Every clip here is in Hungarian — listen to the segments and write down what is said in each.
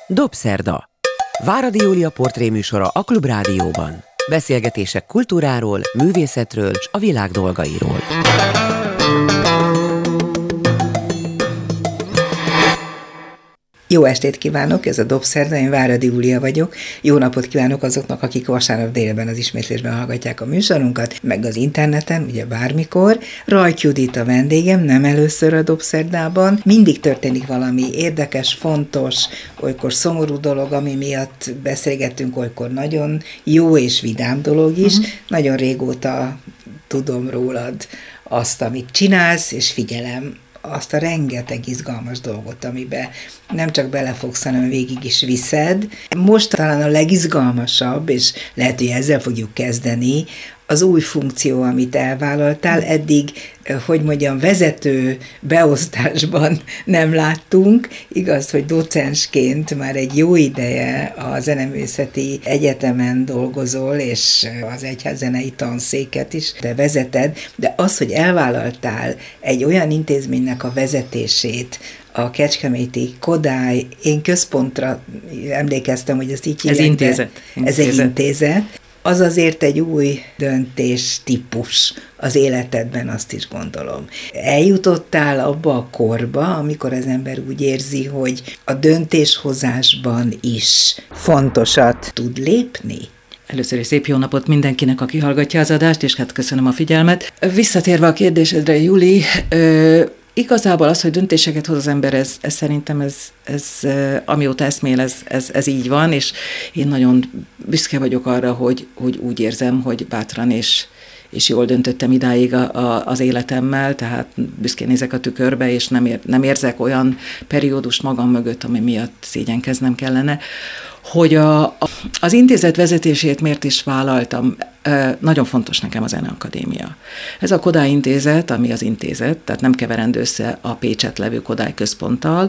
Dobszerda. Váradi Júlia portréműsora a Klubrádióban. Beszélgetések kultúráról, művészetről és a világ dolgairól. Jó estét kívánok, ez a Dobszerda, én Váradi Júlia vagyok. Jó napot kívánok azoknak, akik vasárnap délben az ismétlésben hallgatják a műsorunkat, meg az interneten, ugye bármikor. Rajk Judit a vendégem, nem először a Dobszerdában. Mindig történik valami érdekes, fontos, olykor szomorú dolog, ami miatt beszélgetünk, olykor nagyon jó és vidám dolog is. Nagyon régóta tudom rólad azt, amit csinálsz, és figyelem azt a rengeteg izgalmas dolgot, amiben nem csak belefogsz, hanem végig is viszed. Most talán a legizgalmasabb, és lehet, hogy ezzel fogjuk kezdeni, az új funkció, amit elvállaltál, eddig, hogy mondjam, vezető beosztásban nem láttunk. Igaz, hogy docensként már egy jó ideje a Zeneművészeti Egyetemen dolgozol, és az egyházzenei tanszéket is te vezeted, de az, hogy elvállaltál egy olyan intézménynek a vezetését, a kecskeméti Kodály, én központra emlékeztem, hogy ezt így hívják. Ez intézet. Ez egy intézet. Az azért egy új döntés típus az életedben, azt is gondolom. Eljutottál abba a korba, amikor az ember úgy érzi, hogy a döntéshozásban is fontosat tud lépni? Először is szép jó napot mindenkinek, aki hallgatja az adást, és hát köszönöm a figyelmet. Visszatérve a kérdésedre, Juli, igazából az, hogy döntéseket hoz az ember, ez szerintem ez amióta eszmél, ez így van, és én nagyon büszke vagyok arra, hogy úgy érzem, hogy bátran és jól döntöttem idáig az életemmel, tehát büszkén nézek a tükörbe, és nem érzek olyan periódust magam mögött, ami miatt szégyenkeznem kellene. Hogy az intézet vezetését miért is vállaltam, nagyon fontos nekem a Zeneakadémia. Ez a Kodály Intézet, ami az intézet, tehát nem keverendő össze a Pécset levő Kodály Központtal,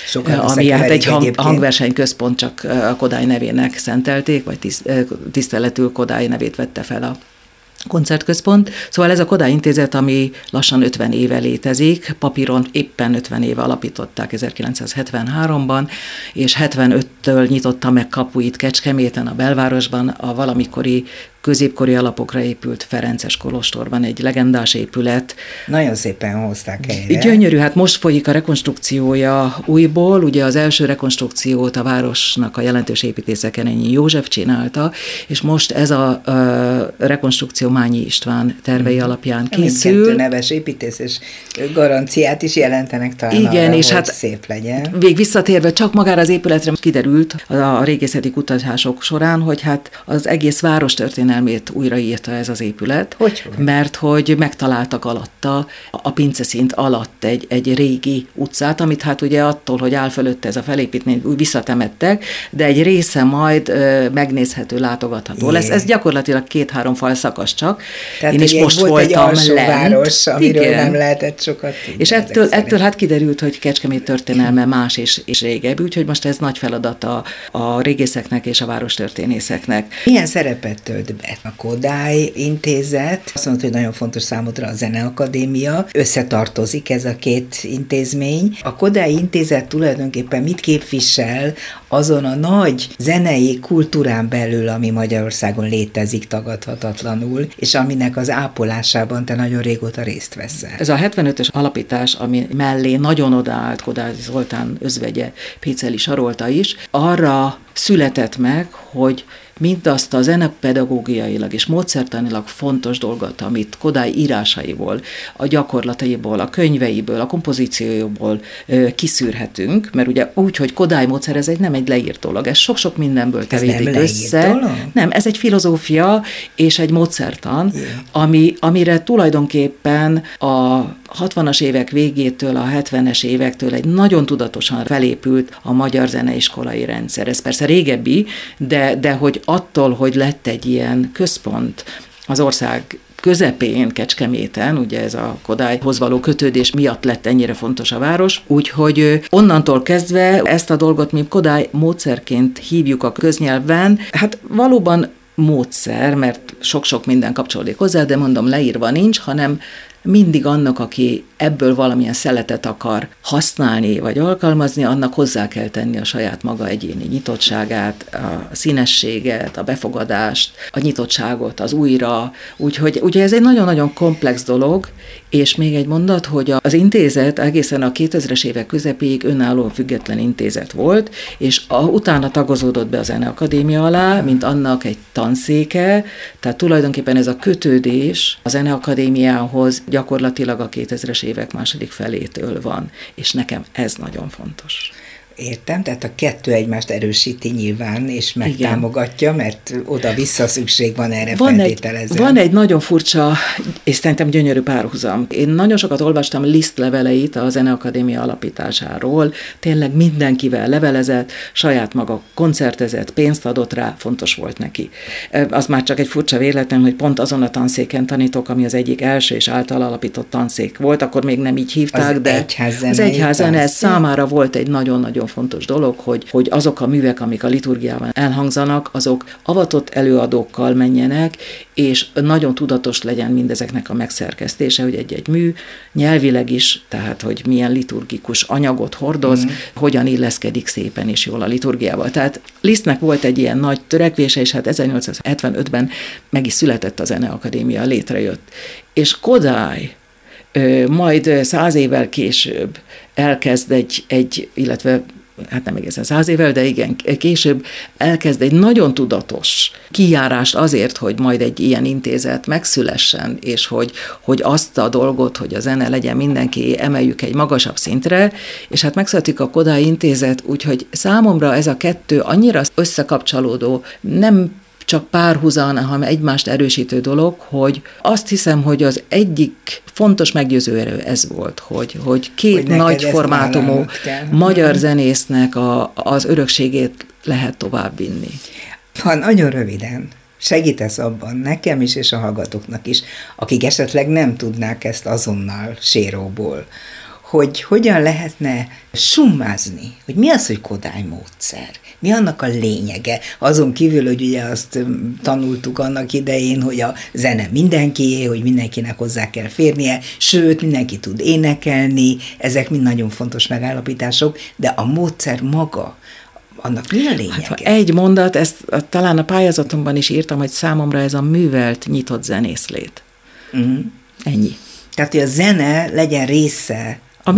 ami hát egy hangversenyközpont, csak a Kodály nevének szentelték, vagy tiszteletül Kodály nevét vette fel a koncertközpont. Szóval ez a Kodály Intézet, ami lassan 50 éve létezik, papíron éppen 50 éve alapították 1973-ban, és 75-től nyitotta meg kapuit Kecskeméten, a belvárosban, a valamikori középkori alapokra épült Ferences kolostorban, egy legendás épület. Nagyon szépen hozták helyre. Gyönyörű, hát most folyik a rekonstrukciója újból, ugye az első rekonstrukciót a városnak a jelentős építésze Kerényi József csinálta, és most ez a rekonstrukció Mányi István tervei alapján készül. Mindkettő neves építész, és garanciát is jelentenek talán igen, arra, és hogy hát szép legyen. Még visszatérve csak magára az épületre kiderült a régészeti kutatások során, hogy hát az egész várostörténelmét újraírta ez az épület, mert hogy megtaláltak alatta, a pinceszint alatt egy régi utcát, amit hát ugye attól, hogy áll fölött ez a felépítmény, úgy visszatemettek, de egy része majd megnézhető, látogatható lesz. Ez gyakorlatilag 2-3 fal szakasz csak. Tehát én is most volt voltam egy alsó város, amiről nem lehetett sokat tudni. És ettől hát kiderült, hogy Kecskemét történelme más és régebbi, úgyhogy most ez nagy feladat a régészeknek és a várostörténészeknek. Milyen szerepet tölt be a Kodály Intézet? Azt mondta, hogy nagyon fontos számodra a Zeneakadémia. Összetartozik ez a két intézmény. A Kodály Intézet tulajdonképpen mit képvisel azon a nagy zenei kultúrán belül, ami Magyarországon létezik tagadhatatlanul, és aminek az ápolásában te nagyon régóta részt veszel. Ez a 75-ös alapítás, ami mellé nagyon odaállt Kodály Zoltán özvegye, Péceli Sarolta is, arra született meg, hogy mindazt a zenepedagógiailag és módszertanilag fontos dolgot, amit Kodály írásaiból, a gyakorlataiból, a könyveiből, a kompozíciójából kiszűrhetünk, mert ugye úgy, hogy Kodály módszer, ez nem egy leírt dolog, ez sok-sok mindenből kevédik össze. Nem, ez egy filozófia és egy módszertan, amire tulajdonképpen a 60-as évek végétől, a 70-es évektől egy nagyon tudatosan felépült a magyar zeneiskolai rendszer. Ez persze régebbi, de hogy attól, hogy lett egy ilyen központ az ország közepén, Kecskeméten, ugye ez a Kodályhoz való kötődés miatt lett ennyire fontos a város, úgyhogy onnantól kezdve ezt a dolgot mi Kodály módszerként hívjuk a köznyelvben. Hát valóban módszer, mert sok-sok minden kapcsolódik hozzá, de mondom, leírva nincs, hanem mindig annak, aki ebből valamilyen szeletet akar használni vagy alkalmazni, annak hozzá kell tenni a saját maga egyéni nyitottságát, a színességet, a befogadást, a nyitottságot, az újra. Úgyhogy ez egy nagyon-nagyon komplex dolog, és még egy mondat, hogy az intézet egészen a 2000-es évek közepéig önálló független intézet volt, és utána tagozódott be a Zeneakadémia alá, mint annak egy tanszéke, tehát tulajdonképpen ez a kötődés a Zeneakadémiához gyakorlatilag a 2000-es évek második felétől van, és nekem ez nagyon fontos. Értem, tehát a kettő egymást erősíti nyilván, és megtámogatja, mert oda-vissza szükség van erre, feltételezem. Van egy nagyon furcsa, és szerintem gyönyörű párhuzam. Én nagyon sokat olvastam Liszt leveleit a Zeneakadémia alapításáról, tényleg mindenkivel levelezett, saját maga koncertezett, pénzt adott rá, fontos volt neki. Az már csak egy furcsa véletlen, hogy pont azon a tanszéken tanítok, ami az egyik első és által alapított tanszék volt, akkor még nem így hívták, de az egyházzene számára volt egy nagyon-nagyon fontos dolog, hogy azok a művek, amik a liturgiában elhangzanak, azok avatott előadókkal menjenek, és nagyon tudatos legyen mindezeknek a megszerkesztése, hogy egy-egy mű nyelvileg is, tehát hogy milyen liturgikus anyagot hordoz, hogyan illeszkedik szépen és jól a liturgiával. Tehát Lisztnek volt egy ilyen nagy törekvése, és hát 1875-ben meg is született a Zeneakadémia, létrejött. És Kodály majd 100 évvel később elkezd illetve hát nem egészen 100 évvel, de igen, később elkezd egy nagyon tudatos kijárást azért, hogy majd egy ilyen intézet megszülessen, és hogy azt a dolgot, hogy a zene legyen mindenki, emeljük egy magasabb szintre, és hát megszületik a Kodály Intézet, úgyhogy számomra ez a kettő annyira összekapcsolódó, nem csak párhuzan, hanem egymást erősítő dolog, hogy azt hiszem, hogy az egyik fontos meggyőző erő ez volt, hogy két nagy formátumú magyar zenésznek az örökségét lehet továbbvinni. Ha nagyon röviden segítesz abban nekem is, és a hallgatóknak is, akik esetleg nem tudnák ezt azonnal séróból, hogy hogyan lehetne summázni, hogy mi az, hogy Kodály módszer, mi annak a lényege. Azon kívül, hogy ugye azt tanultuk annak idején, hogy a zene mindenkié, hogy mindenkinek hozzá kell férnie, sőt, mindenki tud énekelni, ezek mind nagyon fontos megállapítások, de a módszer maga, annak mi a lényege? Hát, egy mondat, ezt talán a pályázatomban is írtam, hogy számomra ez a művelt, nyitott zenészlét. Ennyi. Tehát, hogy a zene legyen része a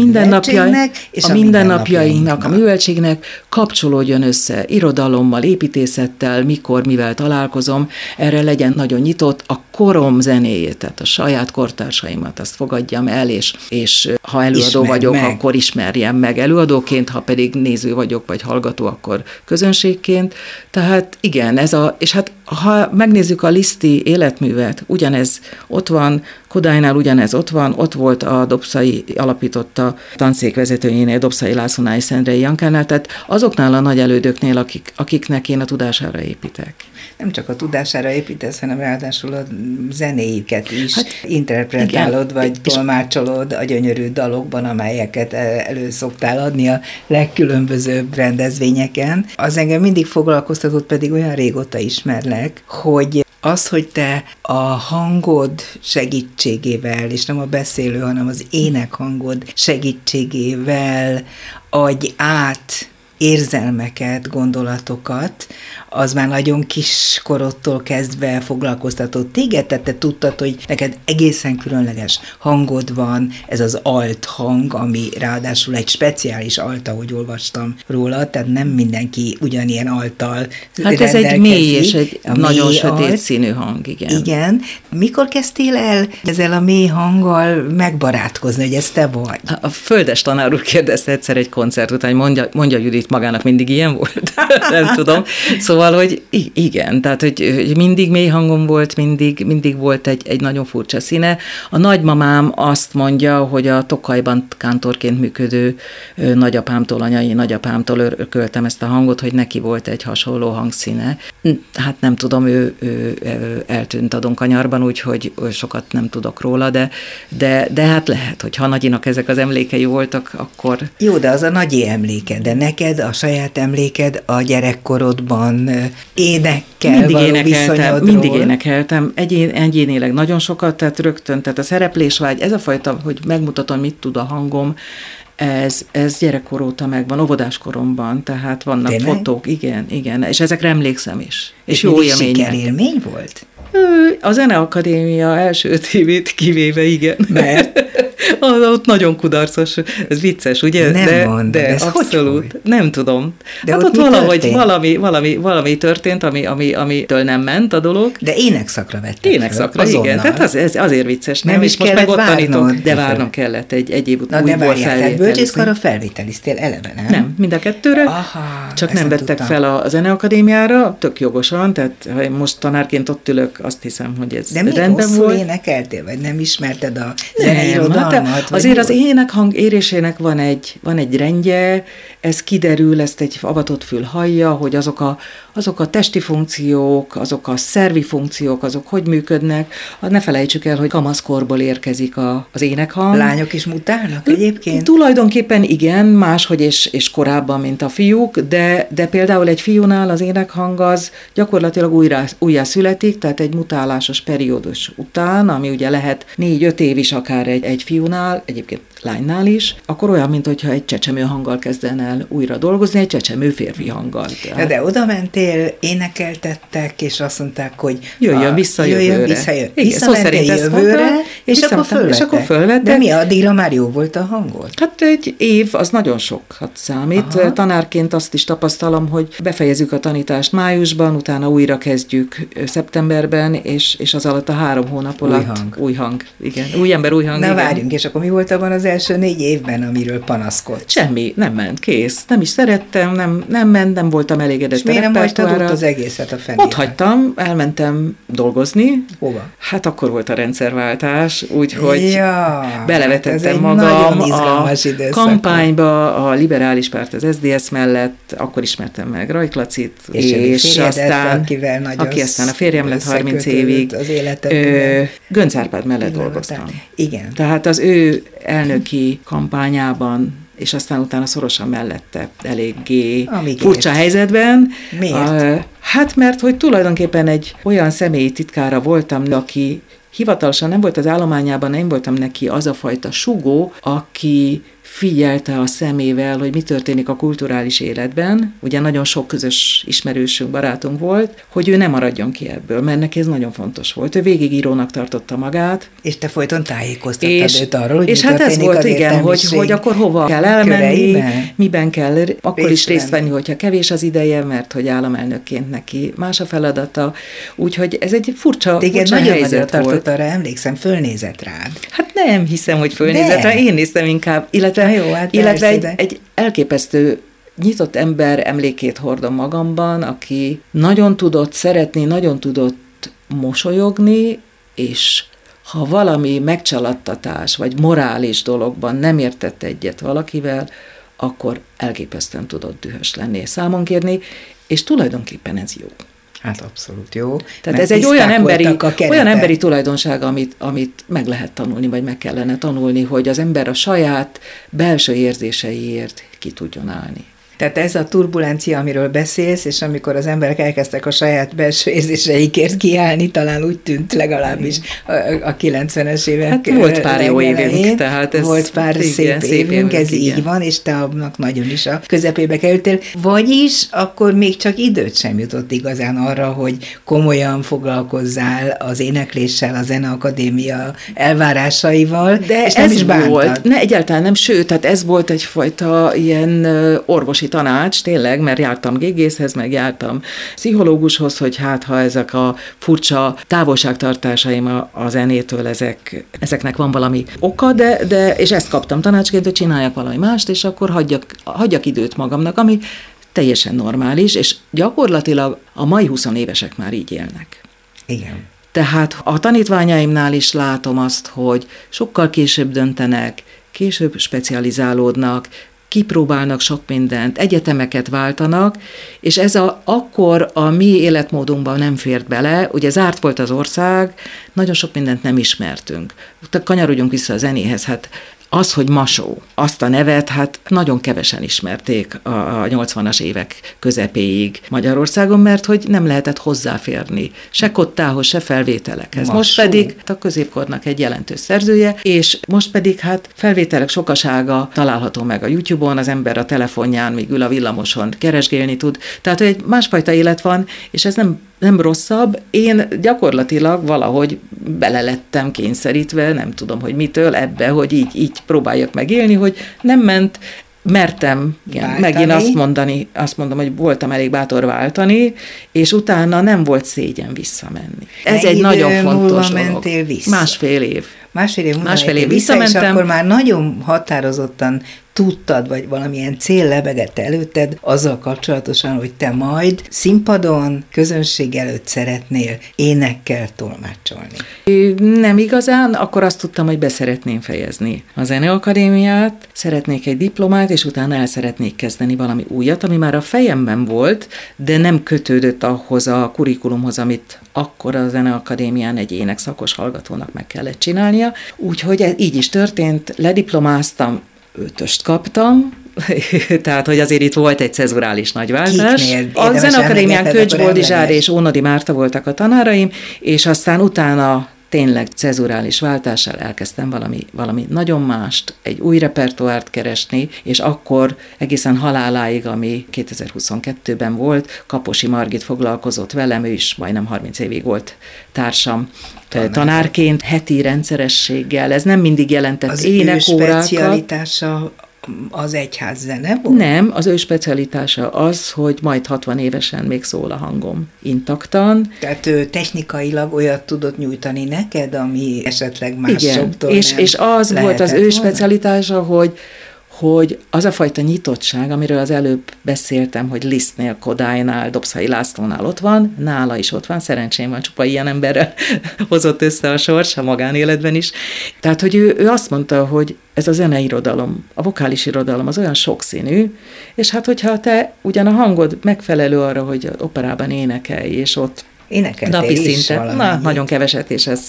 mindennapjainknak, a műveltségnek kapcsolódjon össze irodalommal, építészettel, mikor, mivel találkozom, erre legyen nagyon nyitott, a korom zenéjét, tehát a saját kortársaimat, azt fogadjam el, és ha előadó vagyok, akkor ismerjem meg előadóként, ha pedig néző vagyok, vagy hallgató, akkor közönségként. Tehát igen, és hát ha megnézzük a Liszti életművet, ugyanez ott van, Kodálynál ugyanez ott volt a Dobszai alapította tanszékvezetőjénél, Dobszai Lászlónál és Szendrei Jankánál, tehát azoknál a nagy elődöknél, akiknek én a tudására építek. Nem csak a tudására építesz, hanem ráadásul a zenéiket is interpretálod, igen, vagy tolmácsolod a gyönyörű dalokban, amelyeket elő szoktál adni a legkülönbözőbb rendezvényeken. Az engem mindig foglalkoztatott, pedig olyan régóta ismerlek, hogy az, hogy te a hangod segítségével, és nem a beszélő, hanem az énekhangod segítségével adj át érzelmeket, gondolatokat, az már nagyon kiskorodtól kezdve foglalkoztatott téged, tehát te tudtad, hogy neked egészen különleges hangod van, ez az alt hang, ami ráadásul egy speciális alt, ahogy olvastam róla, tehát nem mindenki ugyanilyen alttal rendelkezik. Ez egy mély és egy nagyon sötét színű hang, igen. Igen. Mikor kezdtél el ezzel a mély hanggal megbarátkozni, hogy ez te vagy? A Földes tanár úr kérdezte egyszer egy koncert után, mondja Judit, magának mindig ilyen volt? Nem tudom. Szóval, hogy igen, tehát, hogy mindig mély hangom volt, mindig volt egy nagyon furcsa színe. A nagymamám azt mondja, hogy a Tokajban kántorként működő nagyapámtól, anyai nagyapámtól örököltem ezt a hangot, hogy neki volt egy hasonló hangszíne. Hát nem tudom, ő eltűnt a Donkanyarban, úgyhogy sokat nem tudok róla, de hát lehet, hogy ha nagyinak ezek az emlékei voltak, akkor... Jó, de az a nagyi emléke, de neked neked a saját emléked a gyerekkorodban énekkel való viszonyodról? Mindig énekeltem, egyénileg nagyon sokat, tehát rögtön, tehát a szereplésvágy, ez a fajta, hogy megmutatom, mit tud a hangom, ez gyerekkor óta megvan, óvodáskoromban, tehát vannak tényleg? Fotók, igen, és ezekre emlékszem is. És jó élmények. sikerélmény volt? A Zeneakadémia első 5 évét kivéve, igen. Mert? Ott nagyon kudarcos, ez vicces, ugye? Nem mondod, de ez abszolút. hogy? Nem tudom. De hát ott valahogy valami történt, amitől nem ment a dolog. De énekszakra vettek Énekszakra, föl, igen. Tehát ez azért vicces. Nem is most kellett meg ott tanítok, de várnod. várnom kellett egy év Na de újból várjál, tehát bölcsészkarra felvételizni. felvételiztél eleve, nem? Nem, mind a kettőre. Aha, csak ezt nem vettek tudtam. fel a Zeneakadémiára, tök jogosan, tehát ha én most tanárként ott ülök, azt hiszem, hogy ez De miért rendben rosszul volt. énekeltél, vagy nem ismerted a Nem, zeneirodalmat? hát azért az énekhang érésének van egy rendje, ez kiderül, ezt egy avatott fül hallja, hogy azok a testi funkciók, azok a szervi funkciók, azok hogy működnek. Ne felejtsük el, hogy kamaszkorból érkezik az énekhang. Lányok is mutálnak egyébként? Tulajdonképpen igen, máshogy és korábban, mint a fiúk, de például egy fiúnál az énekhang az gyakorlatilag újjá születik, tehát egy mutálásos periódus után, ami ugye lehet 4-5 év is akár egy fiúnál, egyébként lánynál is, akkor olyan, mintha egy csecsemő hanggal kezden el újra dolgozni, egy csecsemő férfi hanggal. De oda mentél, énekeltettek, és azt mondták, hogy jöjjön vissza jövőre. Visszamentél jövőre, és akkor fölvettek. De mi, addigra már jó volt a hangod? Hát egy év, az nagyon sokat számít. Aha. Tanárként azt is tapasztalom, hogy befejezzük a tanítást májusban, utána újra kezdjük szeptemberben, és az alatt a 3 hónap alatt új hang. Igen, új ember, új hang. Na igen. Várjunk, és akkor mi volt abban az első 4 évben, amiről panaszkodt? Semmi, nem ment, kész. Nem is szerettem, nem ment, nem voltam elégedett. És miért nem hagytad ott az egészet a fenébe? Ott hagytam, elmentem dolgozni. Hova? Hát akkor volt a rendszerváltás, úgyhogy belevetettem hát magam a kampányba, a liberális párt az SZDSZ mellett, akkor ismertem meg Rajk Lacit, és aztán, aki aztán a férjem lett 30 évig, Göncz Árpád mellett dolgoztam. Igen. Tehát az ő elnöki kampányában, és aztán utána szorosan mellette eléggé furcsa helyzetben. Miért? Hát mert, hogy tulajdonképpen egy olyan személyi titkára voltam, aki hivatalosan nem volt az állományában, nem voltam neki az a fajta sugó, aki figyelte a szemével, hogy mi történik a kulturális életben, ugye nagyon sok közös ismerősünk, barátunk volt, hogy ő nem maradjon ki ebből, mert neki ez nagyon fontos volt. Ő végigírónak tartotta magát. És te folyton tájékoztattad őt arról, hogy és mi hát ez volt, igen, hogy akkor hova kell elmenni, miben kell akkor is részt venni, hogyha kevés az ideje, mert hogy államelnökként neki más a feladata. Úgyhogy ez egy furcsa helyzet volt. Arra emlékszem, fölnézett rád. Hát nem hiszem, hogy fölnézett rá, én néztem inkább, illetve egy elképesztő nyitott ember emlékét hordom magamban, aki nagyon tudott szeretni, nagyon tudott mosolyogni, és ha valami megcsalattatás, vagy morális dologban nem értett egyet valakivel, akkor elképesztően tudott dühös lenni és számon kérni, és tulajdonképpen ez jó. Hát abszolút jó. Tehát ez egy olyan emberi tulajdonság, amit meg lehet tanulni, vagy meg kellene tanulni, hogy az ember a saját belső érzéseiért ki tudjon állni. Tehát ez a turbulencia, amiről beszélsz, és amikor az emberek elkezdtek a saját belső érzéseikért kiállni, talán úgy tűnt legalábbis a 90-es évek. Hát volt pár jó évünk, tehát ez volt pár szép évünk, ez igen. Így van, és te annak nagyon is a közepébe kerültél. Vagyis akkor még csak időt sem jutott igazán arra, hogy komolyan foglalkozzál az énekléssel, a Zeneakadémia elvárásaival, de és nem is bántad. Volt, egyáltalán nem, sőt, tehát ez volt egyfajta ilyen orvosi tanács, tényleg, mert jártam gégészhez, meg jártam pszichológushoz, hogy hát, ha ezek a furcsa távolságtartásaim a zenétől, ezeknek van valami oka, de és ezt kaptam tanácsként, hogy csináljak valami mást, és akkor hagyjak időt magamnak, ami teljesen normális, és gyakorlatilag a mai 20 évesek már így élnek. Igen. Tehát a tanítványaimnál is látom azt, hogy sokkal később döntenek, később specializálódnak, kipróbálnak sok mindent, egyetemeket váltanak, és ez akkor a mi életmódunkban nem fért bele, ugye zárt volt az ország, nagyon sok mindent nem ismertünk. Kanyarodjunk vissza a zenéhez, hát az, hogy Masó, azt a nevet, hát nagyon kevesen ismerték a 80-as évek közepéig Magyarországon, mert hogy nem lehetett hozzáférni se kottához, se felvételekhez. Masó. Most pedig a középkornak egy jelentős szerzője, és most pedig hát felvételek sokasága található meg a YouTube-on, az ember a telefonján, míg ül a villamoson, keresgélni tud. Tehát egy másfajta élet van, és ez nem rosszabb. Én gyakorlatilag valahogy belelettem kényszerítve, nem tudom, hogy mitől, ebbe, hogy így próbáljak megélni, hogy nem ment, mertem megint azt mondom, hogy voltam elég bátor váltani, és utána nem volt szégyen visszamenni. Ez egy nagyon fontos dolog. Vissza? Másfél év. Másfél év visszamentem, és akkor már nagyon határozottan tudtad, vagy valamilyen cél lebegett előtted azzal kapcsolatosan, hogy te majd színpadon, közönség előtt szeretnél énekkel tolmácsolni. Nem igazán, akkor azt tudtam, hogy be szeretném fejezni a Zeneakadémiát, szeretnék egy diplomát, és utána el szeretnék kezdeni valami újat, ami már a fejemben volt, de nem kötődött ahhoz a kurikulumhoz, amit akkor a Zeneakadémián egy énekszakos hallgatónak meg kellett csinálnia. Úgyhogy ez így is történt, lediplomáztam, 5-öst kaptam, tehát, hogy azért itt volt egy cezurális nagyváltás. A Zeneakadémián Kölcs Boldizsár és Ónodi Márta voltak a tanáraim, és aztán utána tényleg cezurális váltással elkezdtem valami nagyon mást, egy új repertoárt keresni, és akkor egészen haláláig, ami 2022-ben volt, Kaposi Margit foglalkozott velem, ő is majdnem 30 évig volt társam tanárként, heti rendszerességgel, ez nem mindig jelentett énekórákat. Az ő specialitása az egyházzene volt? Nem, az ő specialitása az, hogy majd 60 évesen még szól a hangom intaktan. Tehát ő technikailag olyat tudott nyújtani neked, ami esetleg másoktól és az volt az ő specialitása, hogy az a fajta nyitottság, amiről az előbb beszéltem, hogy Lisztnél, Kodálynál, Dobszai Lászlónál ott van, nála is ott van, szerencsém van, csupa ilyen emberrel hozott össze a sors, a magánéletben is. Tehát, hogy ő azt mondta, hogy ez a zeneirodalom, a vokális irodalom az olyan sokszínű, és hát, hogyha te ugyan a hangod megfelelő arra, hogy operában énekelj, és ott napi szinten, nagyon keveset, és ez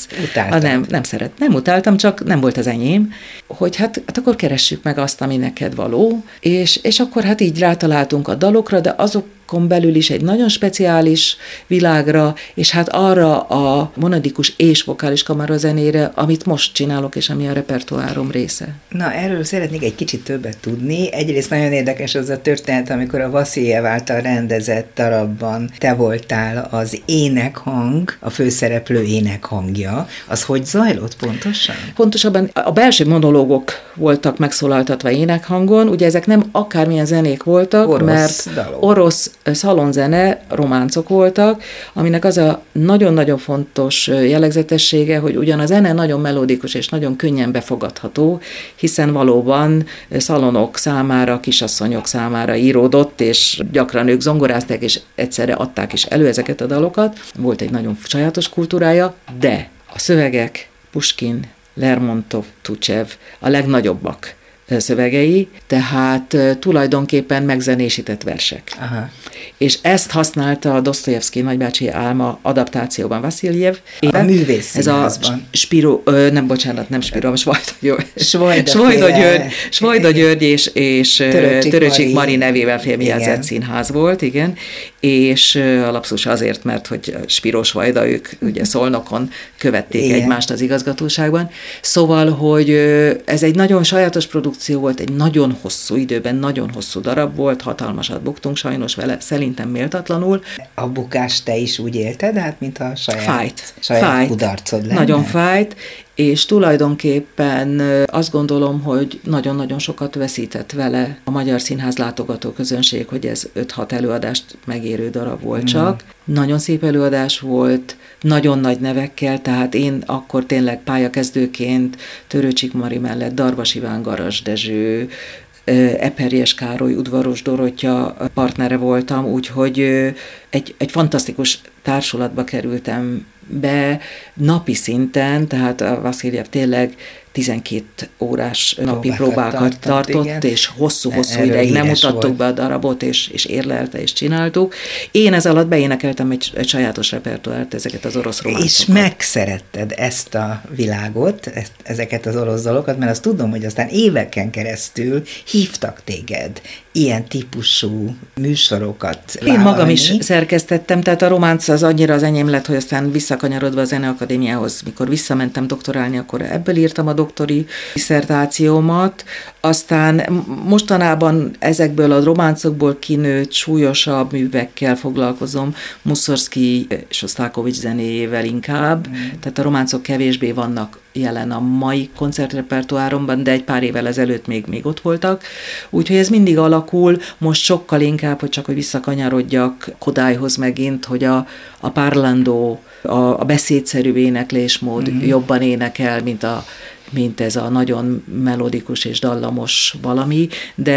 nem utáltam, csak nem volt az enyém, hogy hát akkor keressük meg azt, ami neked való, és akkor hát így rátaláltunk a dalokra, de azokon belül is egy nagyon speciális világra, és hát arra a monodikus és vokális kamarazenére, amit most csinálok, és ami a repertoárom része. Na, erről szeretnék egy kicsit többet tudni. Egyrészt nagyon érdekes az a történet, amikor a Vasziljev által rendezett darabban te voltál az énekhang, a főszereplő énekhangja. Az hogy zajlott pontosan? Pontosabban a belső monológok voltak megszólaltatva énekhangon, ugye ezek nem akármilyen zenék voltak, mert orosz szalonzene, románcok voltak, aminek az a nagyon-nagyon fontos jellegzetessége, hogy ugyan a zene nagyon melódikus és nagyon könnyen befogadható, hiszen valóban szalonok számára, kisasszonyok számára íródott, és gyakran ők zongorázták, és egyszerre adták is elő ezeket a dalokat. Volt egy nagyon sajátos kultúrája, de a szövegek, Puskin, Lermontov, Tucsev, a legnagyobbak szövegei, tehát tulajdonképpen megzenésített versek. Aha. És ezt használta a Dosztojevszky Nagybácsi álma adaptációban Vasziljev. A művészszínházban. Nem Spiro, Svajda György és Töröcsik Mari nevével félmjelzett színház volt, igen, és a lapszus azért, mert hogy Spiro Svajda, ők ugye Szolnokon követték egymást az igazgatóságban. Szóval, hogy ez egy nagyon sajátos produkció volt, egy nagyon hosszú időben, nagyon hosszú darab volt, hatalmasat buktunk sajnos vele, szerintem méltatlanul. A bukást te is úgy élted, hát mint a saját kudarcod lenne? Nagyon fájt, és tulajdonképpen azt gondolom, hogy nagyon-nagyon sokat veszített vele a magyar színház látogató közönség, hogy ez 5-6 előadást megérő darab volt csak. Nagyon szép előadás volt, nagyon nagy nevekkel, tehát én akkor tényleg pályakezdőként Töröcsik Mari mellett Darvas Iván, Garas Dezső, Eperjes Károly, Udvaros Dorottya partnere voltam, úgyhogy egy fantasztikus társulatba kerültem be napi szinten, tehát a Vasziljev tényleg 12 órás napi próbákat tartott, igen. És hosszú-hosszú ideig nem mutattuk be a darabot, és érlelte, és csináltuk. Én ez alatt beénekeltem egy sajátos repertoárt, ezeket az orosz románcokat. És megszeretted ezt a világot, ezeket az orosz dalokat, mert azt tudom, hogy aztán éveken keresztül hívtak téged ilyen típusú műsorokat vállalni. Én magam is szerkesztettem, tehát a románc az annyira az enyém lett, hogy aztán visszakanyarodva a Zeneakadémiához, mikor visszamentem doktorálni, akkor ebből írtam a doktori diszertációmat, aztán mostanában ezekből a románcokból kinőtt súlyosabb művekkel foglalkozom, Mussorgsky és Osztákovics zenéjével inkább, tehát a románcok kevésbé vannak jelen a mai koncertrepertoáromban, de egy pár évvel ezelőtt még ott voltak. Úgyhogy ez mindig alakul, most sokkal inkább, hogy csak hogy visszakanyarodjak Kodályhoz megint, hogy a parlando, a beszédszerű éneklésmód jobban énekel, mint ez a nagyon melodikus és dallamos valami,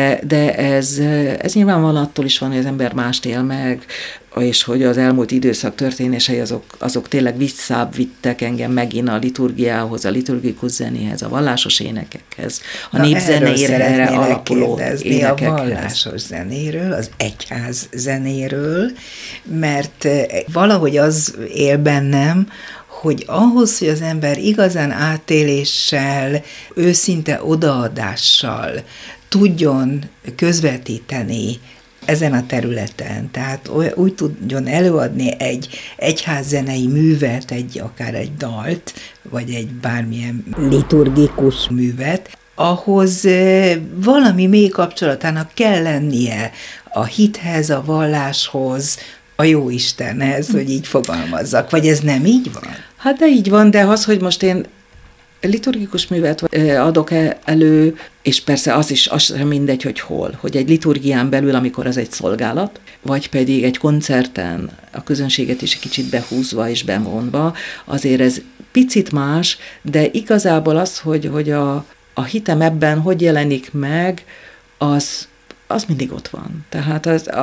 de ez nyilvánvalóan attól is van, hogy az ember mást él meg, és hogy az elmúlt időszak történései azok tényleg visszább vittek engem megint a liturgiához, a liturgikus zenéhez, a vallásos énekekhez, a népzeneire alapuló énekekhez. A vallásos zenéről, az egyház zenéről, mert valahogy az él bennem, hogy ahhoz, hogy az ember igazán átéléssel, őszinte odaadással tudjon közvetíteni ezen a területen, tehát úgy tudjon előadni egy egyházzenei művet, akár egy dalt, vagy egy bármilyen liturgikus művet, ahhoz valami mély kapcsolatának kell lennie a hithez, a valláshoz, a Jóistenhez, hogy így fogalmazzak. Vagy ez nem így van? Hát de így van, de az, hogy most én liturgikus művet adok elő, és persze az sem mindegy, hogy hol. Hogy egy liturgián belül, amikor az egy szolgálat, vagy pedig egy koncerten a közönséget is egy kicsit behúzva és bevonva, azért ez picit más, de igazából az, hogy a hitem ebben hogy jelenik meg, az mindig ott van. Tehát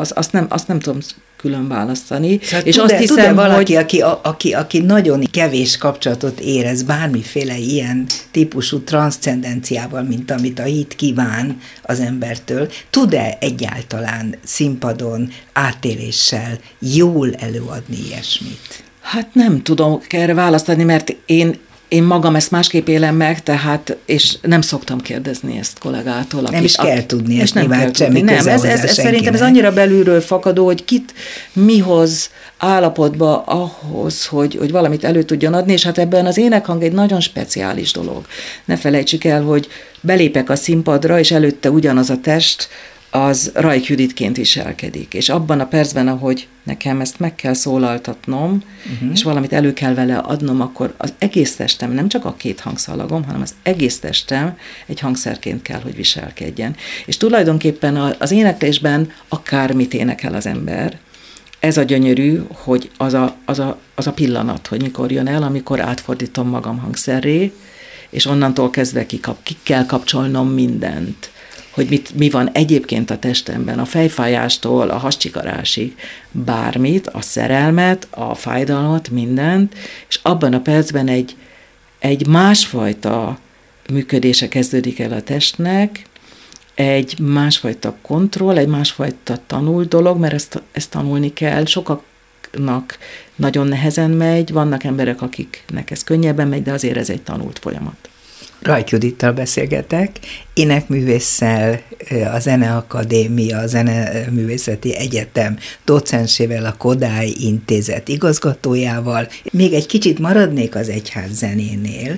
azt nem tudom külön választani. Szóval és azt hiszem, valaki, hogy aki nagyon kevés kapcsolatot érez bármiféle ilyen típusú transzcendenciával, mint amit a hit kíván az embertől, tud-e egyáltalán színpadon átéléssel jól előadni ilyesmit? Hát nem tudom erre választani, mert én magam ezt másképp élem meg, tehát, és nem szoktam kérdezni ezt kollégától. Nem is kell tudni, ezt nem kell tudni. Nem, ez szerintem ez annyira belülről fakadó, hogy kit mihoz állapotba ahhoz, hogy valamit elő tudjon adni, és hát ebben az énekhang egy nagyon speciális dolog. Ne felejtsük el, hogy belépek a színpadra, és előtte ugyanaz a test, az Rajk Juditként viselkedik. És abban a percben, ahogy nekem ezt meg kell szólaltatnom, és valamit elő kell vele adnom, akkor az egész testem, nem csak a két hangszalagom, hanem az egész testem egy hangszerként kell, hogy viselkedjen. És tulajdonképpen az éneklésben akármit énekel az ember, ez a gyönyörű, hogy az a pillanat, hogy mikor jön el, amikor átfordítom magam hangszerré, és onnantól kezdve ki kell kapcsolnom mindent, hogy mi van egyébként a testemben, a fejfájástól a hascsikarásig, bármit, a szerelmet, a fájdalmat, mindent, és abban a percben egy másfajta működése kezdődik el a testnek, egy másfajta kontroll, egy másfajta tanult dolog, mert ezt tanulni kell, sokaknak nagyon nehezen megy, vannak emberek, akiknek ez könnyebben megy, de azért ez egy tanult folyamat. Rajk Judittal beszélgetek, énekművésszel, a Zeneakadémia, a Zeneművészeti Egyetem docensével, a Kodály Intézet igazgatójával. Még egy kicsit maradnék az egyház zenénél,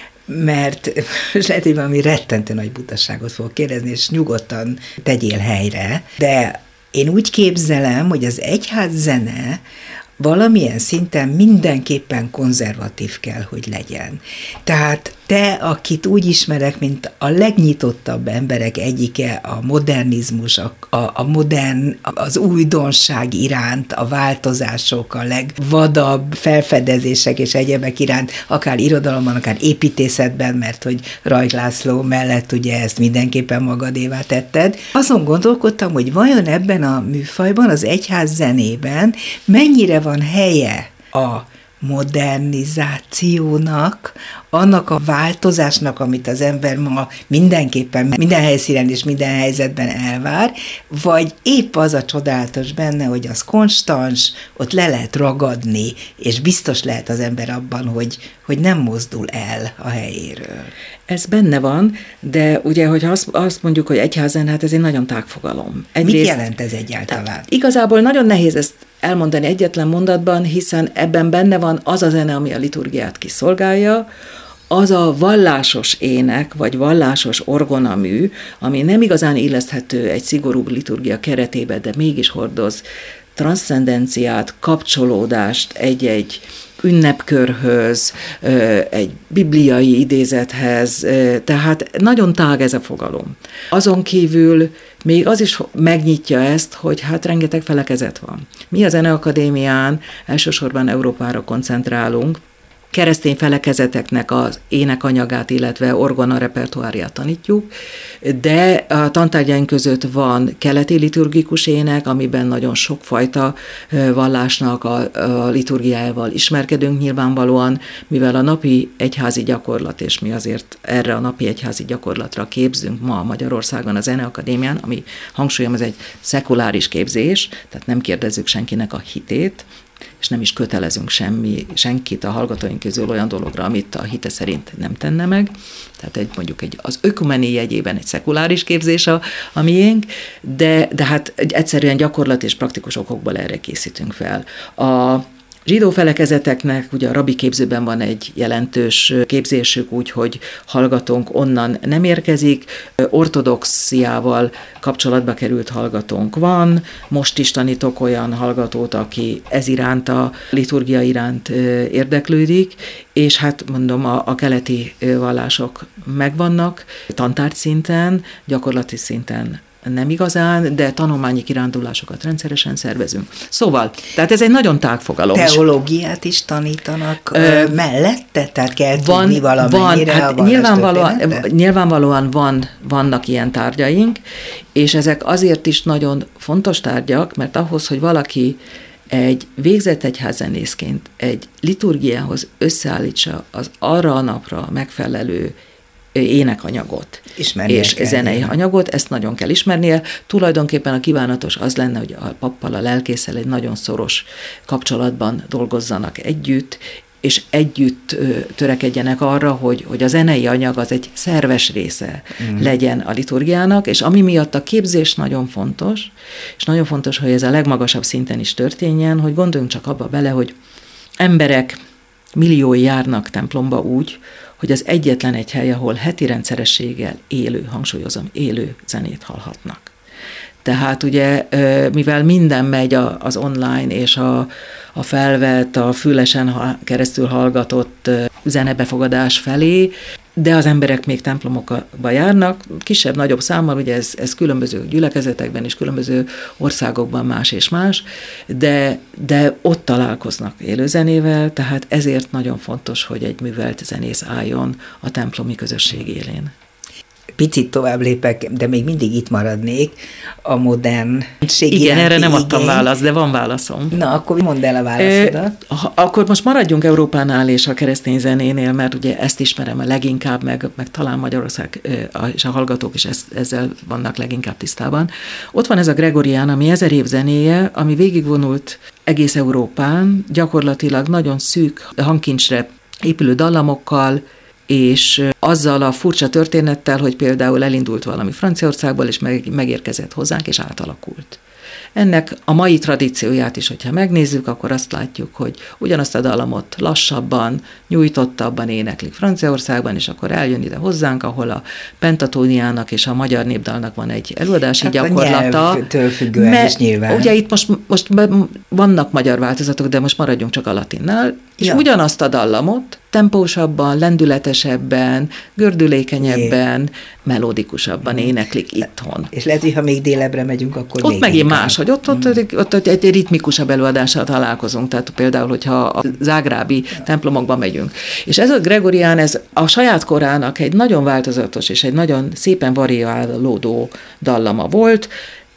mert lehet, hogy valami rettentő nagy butaságot fogok kérdezni, és nyugodtan tegyél helyre, de én úgy képzelem, hogy az egyház zene valamilyen szinten mindenképpen konzervatív kell, hogy legyen. Tehát te, akit úgy ismerek, mint a legnyitottabb emberek egyike, a modernizmus, a modern, az újdonság iránt, a változások, a legvadabb felfedezések és egyebek iránt, akár irodalomban, akár építészetben, mert hogy Rajk László mellett ugye ezt mindenképpen magadévá tetted. Azon gondolkodtam, hogy vajon ebben a műfajban, az egyház zenében mennyire van helye a modernizációnak, annak a változásnak, amit az ember ma mindenképpen minden helyszínen és minden helyzetben elvár, vagy épp az a csodálatos benne, hogy az konstans, ott le lehet ragadni, és biztos lehet az ember abban, hogy nem mozdul el a helyéről. Ez benne van, de ugye, hogy azt mondjuk, hogy egyházen, hát ez egy nagyon tág fogalom. Mit jelent ez egyáltalán? Igazából nagyon nehéz ezt elmondani egyetlen mondatban, hiszen ebben benne van az a zene, ami a liturgiát kiszolgálja, az a vallásos ének, vagy vallásos orgonamű, ami nem igazán illeszthető egy szigorúbb liturgia keretébe, de mégis hordoz transzcendenciát, kapcsolódást egy-egy ünnepkörhöz, egy bibliai idézethez, tehát nagyon tág ez a fogalom. Azon kívül még az is megnyitja ezt, hogy hát rengeteg felekezet van. Mi a Zeneakadémián elsősorban Európára koncentrálunk, keresztény felekezeteknek az énekanyagát, illetve orgona repertoárját tanítjuk, de a tantárgyaink között van keleti liturgikus ének, amiben nagyon sokfajta vallásnak a liturgiájával ismerkedünk nyilvánvalóan, mivel a napi egyházi gyakorlat, és mi azért erre a napi egyházi gyakorlatra képzünk ma Magyarországon a Zeneakadémián, ami hangsúlyom, ez egy szekuláris képzés, tehát nem kérdezzük senkinek a hitét, és nem is kötelezünk senkit a hallgatóink közül olyan dologra, amit a hite szerint nem tenne meg. Tehát mondjuk az ökumeni jegyében egy szekuláris képzés a miénk, de hát egyszerűen gyakorlat és praktikus okokból erre készítünk fel. A zsidó felekezeteknek ugye a rabbi képzőben van egy jelentős képzésük, úgyhogy hallgatónk onnan nem érkezik, ortodoxiával kapcsolatba került hallgatónk van, most is tanítok olyan hallgatót, aki ez iránt, a liturgia iránt érdeklődik, és hát mondom, a keleti vallások megvannak, tantárgy szinten, gyakorlati szinten nem igazán, de tanulmányi kirándulásokat rendszeresen szervezünk. Szóval, tehát ez egy nagyon tág fogalom. Teológiát is tanítanak mellette? Tehát kell tudni valamennyire hát nyilvánvalóan vannak ilyen tárgyaink, és ezek azért is nagyon fontos tárgyak, mert ahhoz, hogy valaki egy végzett egyházzenészként egy liturgiához összeállítsa az arra a napra megfelelő énekanyagot és zenei anyagot, ezt nagyon kell ismernie. Tulajdonképpen a kívánatos az lenne, hogy a pappal, a lelkésszel egy nagyon szoros kapcsolatban dolgozzanak együtt, és együtt törekedjenek arra, hogy a zenei anyag az egy szerves része legyen a liturgiának, és ami miatt a képzés nagyon fontos, és nagyon fontos, hogy ez a legmagasabb szinten is történjen, hogy gondoljunk csak abba bele, hogy emberek milliói járnak templomba úgy, hogy az egyetlen egy hely, ahol heti rendszerességgel élő, hangsúlyozom, élő zenét hallhatnak. Tehát ugye, mivel minden megy az online és a felvett, a fülesen keresztül hallgatott zenebefogadás felé, de az emberek még templomokba járnak, kisebb-nagyobb számmal, ugye ez különböző gyülekezetekben és különböző országokban más és más, de ott találkoznak élőzenével, tehát ezért nagyon fontos, hogy egy művelt zenész álljon a templomi közösség élén. Picit tovább lépek, de még mindig itt maradnék a modern. Igen, erre nem adtam választ, de van válaszom. Na, akkor mondd el a válaszodat. Akkor most maradjunk Európánál és a keresztény zenénél, mert ugye ezt ismerem a leginkább, meg talán Magyarország és a hallgatók is ezzel vannak leginkább tisztában. Ott van ez a Gregorián, ami 1000 év zenéje, ami végigvonult egész Európán, gyakorlatilag nagyon szűk hangkincsre épülő dallamokkal, és azzal a furcsa történettel, hogy például elindult valami Franciaországból, és megérkezett hozzánk, és átalakult. Ennek a mai tradícióját is, hogyha megnézzük, akkor azt látjuk, hogy ugyanazt a dallamot lassabban, nyújtottabban éneklik Franciaországban, és akkor eljön ide hozzánk, ahol a pentatóniának és a magyar népdalnak van egy előadási gyakorlata. A nyelvtől függően is nyilván. Ugye itt most vannak magyar változatok, de most maradjunk csak a latinnál, és ugyanazt a dallamot tempósabban, lendületesebben, gördülékenyebben, melódikusabban éneklik itthon. És lehet, hogy ha még délebbre megyünk, akkor ott megint más, hogy ott egy ritmikusabb előadással találkozunk, tehát például, hogyha a zágrábi templomokba megyünk. És ez a Gregorián, ez a saját korának egy nagyon változatos és egy nagyon szépen variálódó dallama volt,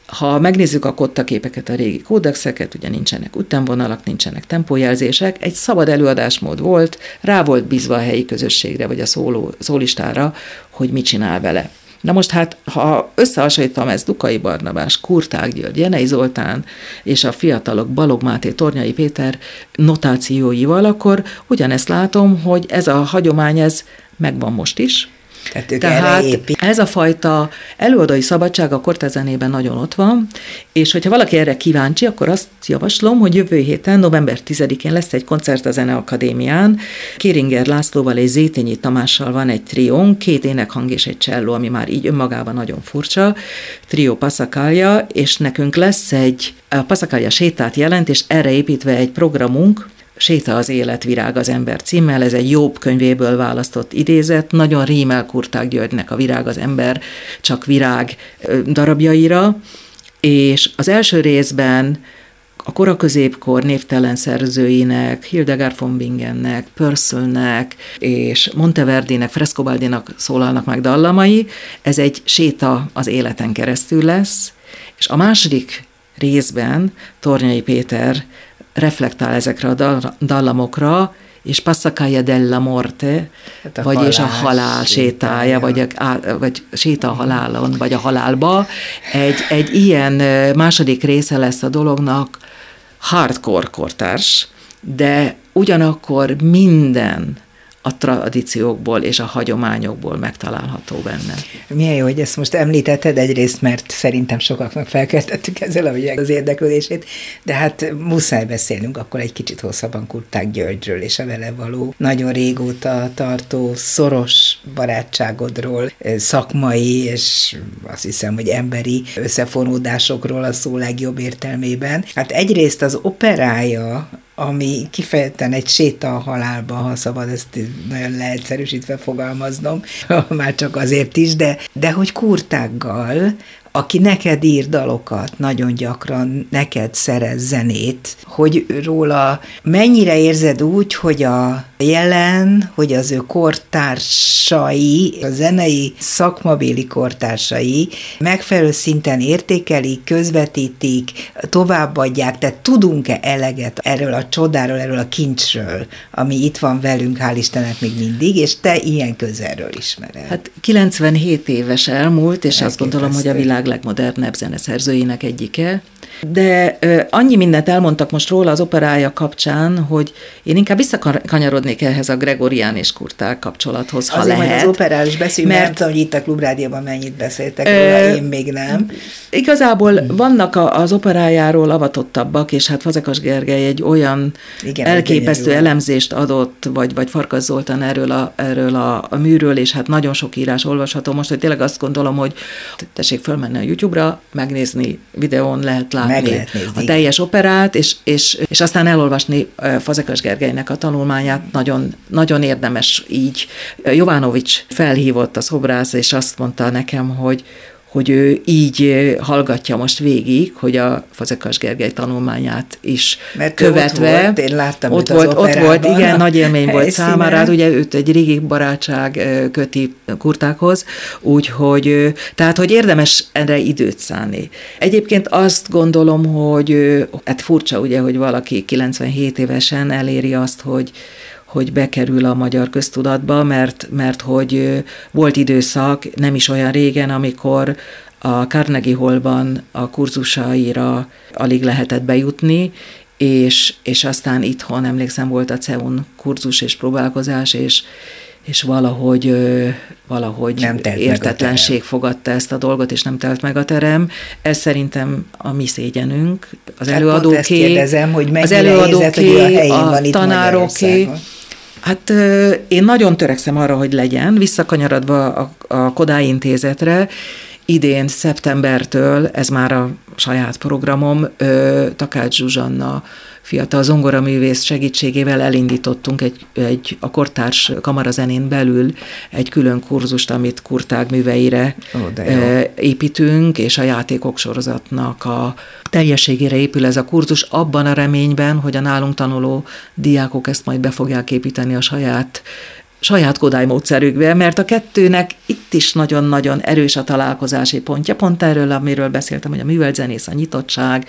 Ha megnézzük a kottaképeket, a régi kódexeket, ugye nincsenek ütemvonalak, nincsenek tempójelzések, egy szabad előadásmód volt, rá volt bízva a helyi közösségre, vagy a szólistára, hogy mit csinál vele. Na most hát, ha összehasonlítom ezt Dukai Barnabás, Kurták György, Jenei Zoltán és a fiatalok Balogh Máté, Tornyai Péter notációival, akkor ugyanezt látom, hogy ez a hagyomány, ez megvan most is. Tehát ez a fajta előadói szabadság a kortárs-zenében nagyon ott van, és hogyha valaki erre kíváncsi, akkor azt javaslom, hogy jövő héten, november 10-én lesz egy koncert a Zeneakadémián. Kéringer Lászlóval és Zétényi Tamással van egy trión, 2 énekhang és egy cselló, ami már így önmagában nagyon furcsa, trió Passacaglia, és nekünk lesz a Passacaglia sétát jelent, és erre építve egy programunk, Séta az élet, virág az ember címmel, ez egy Jobb könyvéből választott idézet, nagyon rímel Kurták Györgynek a Virág az ember, csak virág darabjaira, és az első részben a kora-középkor névtelen szerzőinek, Hildegard von Bingennek, Purcellnek és Monteverdinek, Frescobaldinak szólalnak meg dallamai, ez egy séta az életen keresztül lesz, és a második részben Tornyai Péter reflektál ezekre a dallamokra, és Passacaglia della morte, hát vagyis a halál sétája, vagy séta a halálon, vagy a halálba. Egy ilyen második része lesz a dolognak, hardcore kortárs, de ugyanakkor minden a tradíciókból és a hagyományokból megtalálható benne. Milyen jó, hogy ezt most említetted, egyrészt, mert szerintem sokaknak felkeltettük ezzel az érdeklődését, de hát muszáj beszélnünk akkor egy kicsit hosszabban Kurták Györgyről és a vele való nagyon régóta tartó szoros barátságodról, szakmai és azt hiszem, hogy emberi összefonódásokról a szó legjobb értelmében. Hát egyrészt az operája, ami kifejezetten egy séta a halálba, ha szabad ezt nagyon leegyszerűsítve fogalmaznom, már csak azért is, de hogy Kurtággal, aki neked ír dalokat, nagyon gyakran neked szerez zenét, hogy róla mennyire érzed úgy, hogy a jelen, hogy az ő kortársai, a zenei szakmabéli kortársai megfelelő szinten értékelik, közvetítik, továbbadják, tehát tudunk-e eleget erről a csodáról, erről a kincsről, ami itt van velünk, hál' Istennek még mindig, és te ilyen közelről ismered. Hát 97 éves elmúlt, és azt gondolom, hogy a világ legmodernebb zeneszerzőinek egyike. De annyi mindent elmondtak most róla az operája kapcsán, hogy én inkább visszakanyarodnék ehhez a Gregorián és Kurták kapcsolathoz, ha azért lehet. Azért, hogy az operáról is beszéljünk, mert hogy itt a Klubrádióban mennyit beszéltek róla, én még nem. Igazából vannak az operájáról avatottabbak, és hát Fazekas Gergely egy olyan elképesztő elemzést adott, vagy Farkas Zoltán erről a műről, és hát nagyon sok írás olvasható. Most, hogy tényleg azt gondolom, hogy tessék fölmenni a YouTube-ra, megnézni, videón lehet látni a teljes operát, és aztán elolvasni Fazekas Gergelynek a tanulmányát, nagyon, nagyon érdemes így. Jovanovics felhívott a szobrász, és azt mondta nekem, hogy ő így hallgatja most végig, hogy a Fazekas Gergely tanulmányát is mert követve. Ott volt, én láttam ott volt, igen, nagy élmény volt számára, hát ugye őt egy régi barátság köti Kurtákhoz, úgyhogy, tehát, hogy érdemes erre időt szánni. Egyébként azt gondolom, hogy hát furcsa ugye, hogy valaki 97 évesen eléri azt, hogy bekerül a magyar köztudatba, mert hogy volt időszak, nem is olyan régen, amikor a Carnegie Hallban a kurzusaira alig lehetett bejutni, és aztán itthon, emlékszem, volt a CEUN kurzus és próbálkozás, és valahogy értetlenség fogadta ezt a dolgot, és nem telt meg a terem. Ez szerintem a mi szégyenünk, az előadóké, kérdezem, hogy a tanároké. Hát én nagyon törekszem arra, hogy legyen, visszakanyarodva a Kodály Intézetre, idén szeptembertől, ez már a saját programom, Takács Zsuzsanna fiatal zongoraművész segítségével elindítottunk a kortárs kamarazenén belül egy külön kurzust, amit Kurták műveire építünk, és a játékok sorozatnak a teljességére épül ez a kurzus, abban a reményben, hogy a nálunk tanuló diákok ezt majd be fogják építeni a saját saját Kodály módszerükbe, mert a kettőnek itt is nagyon-nagyon erős a találkozási pontja. Pont erről, amiről beszéltem, hogy a művelt zenész, a nyitottság,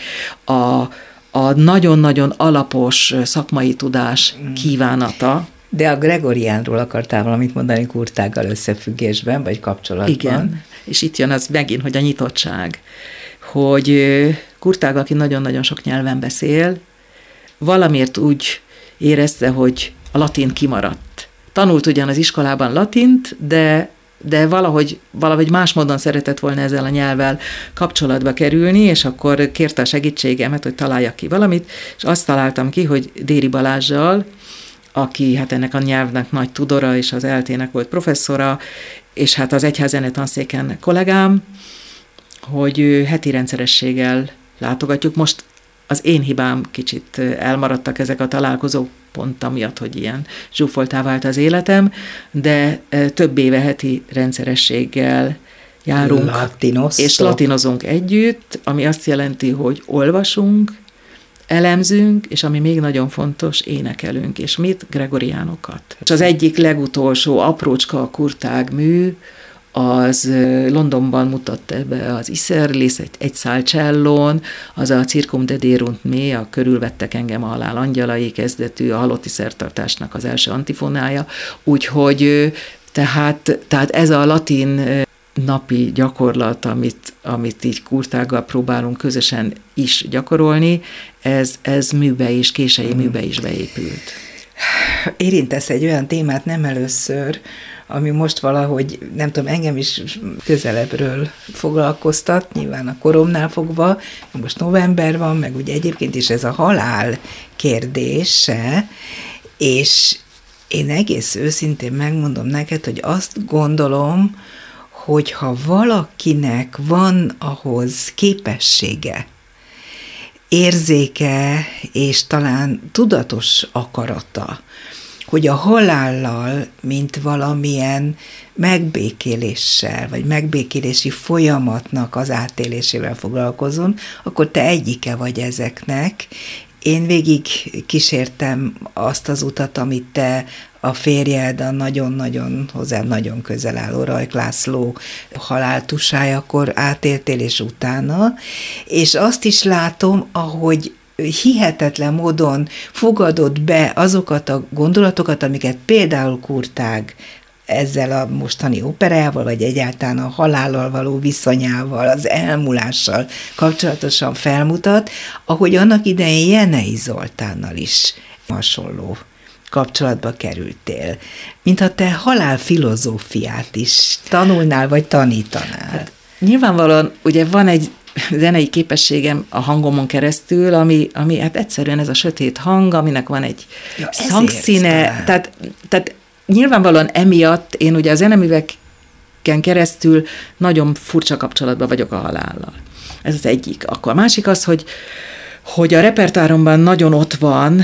a nagyon-nagyon alapos szakmai tudás kívánata. De a Gregoriánról akartál valamit mondani Kurtággal összefüggésben, vagy kapcsolatban? Igen, és itt jön az megint, hogy a nyitottság, hogy Kurtág, aki nagyon-nagyon sok nyelven beszél, valamiért úgy érezte, hogy a latin kimaradt. Tanult ugyan az iskolában latint, de valahogy más módon szeretett volna ezzel a nyelvvel kapcsolatba kerülni, és akkor kérte a segítségemet, hogy találjak ki valamit, és azt találtam ki, hogy Déri Balázssal, aki hát ennek a nyelvnek nagy tudora, és az ELTE-nek volt professzora, és hát az egyházzene tanszéken kollégám, hogy heti rendszerességgel látogatjuk. Most az én hibám, kicsit elmaradtak ezek a találkozók, pont amiatt, hogy ilyen zsúfoltá vált az életem, de több éve heti rendszerességgel járunk, és latinozunk együtt, ami azt jelenti, hogy olvasunk, elemzünk, és ami még nagyon fontos, énekelünk, és mit? Gregoriánokat. És az egyik legutolsó aprócska a Kurtág mű, az Londonban mutatta be az Isserlis, egy szál csellón, az a Circum dederunt me, a Körülvettek engem a halál angyalai kezdetű, a halotti szertartásnak az első antifonája, úgyhogy tehát ez a latin napi gyakorlat, amit így Kurtággal próbálunk közösen is gyakorolni, ez műbe is, kései műbe is beépült. Érintesz egy olyan témát nem először, ami most valahogy, nem tudom, engem is közelebbről foglalkoztat, nyilván a koromnál fogva, most november van, meg ugye egyébként is ez a halál kérdése, és én egész őszintén megmondom neked, hogy azt gondolom, hogy ha valakinek van ahhoz képessége, érzéke és talán tudatos akarata, hogy a halállal, mint valamilyen megbékéléssel, vagy megbékélési folyamatnak az átélésével foglalkozom, akkor te egyike vagy ezeknek. Én végig kísértem azt az utat, amit te, a férjed, a nagyon-nagyon hozzád nagyon közel álló Rajk László haláltusájakor átéltél, és utána, és azt is látom, ahogy hihetetlen módon fogadott be azokat a gondolatokat, amiket például Kurtág ezzel a mostani operájával, vagy egyáltalán a halállal való viszonyával, az elmúlással kapcsolatosan felmutat, ahogy annak idején Jenei Zoltánnal is hasonló kapcsolatba kerültél. Mintha te halálfilozófiát is tanulnál, vagy tanítanál. Hát, nyilvánvalóan ugye van egy zenei képességem a hangomon keresztül, ami hát egyszerűen ez a sötét hang, aminek van egy hangszíne, tehát nyilvánvalóan emiatt én ugye a zeneműveken keresztül nagyon furcsa kapcsolatban vagyok a halállal. Ez az egyik. Akkor a másik az, hogy a repertoáromban nagyon ott van,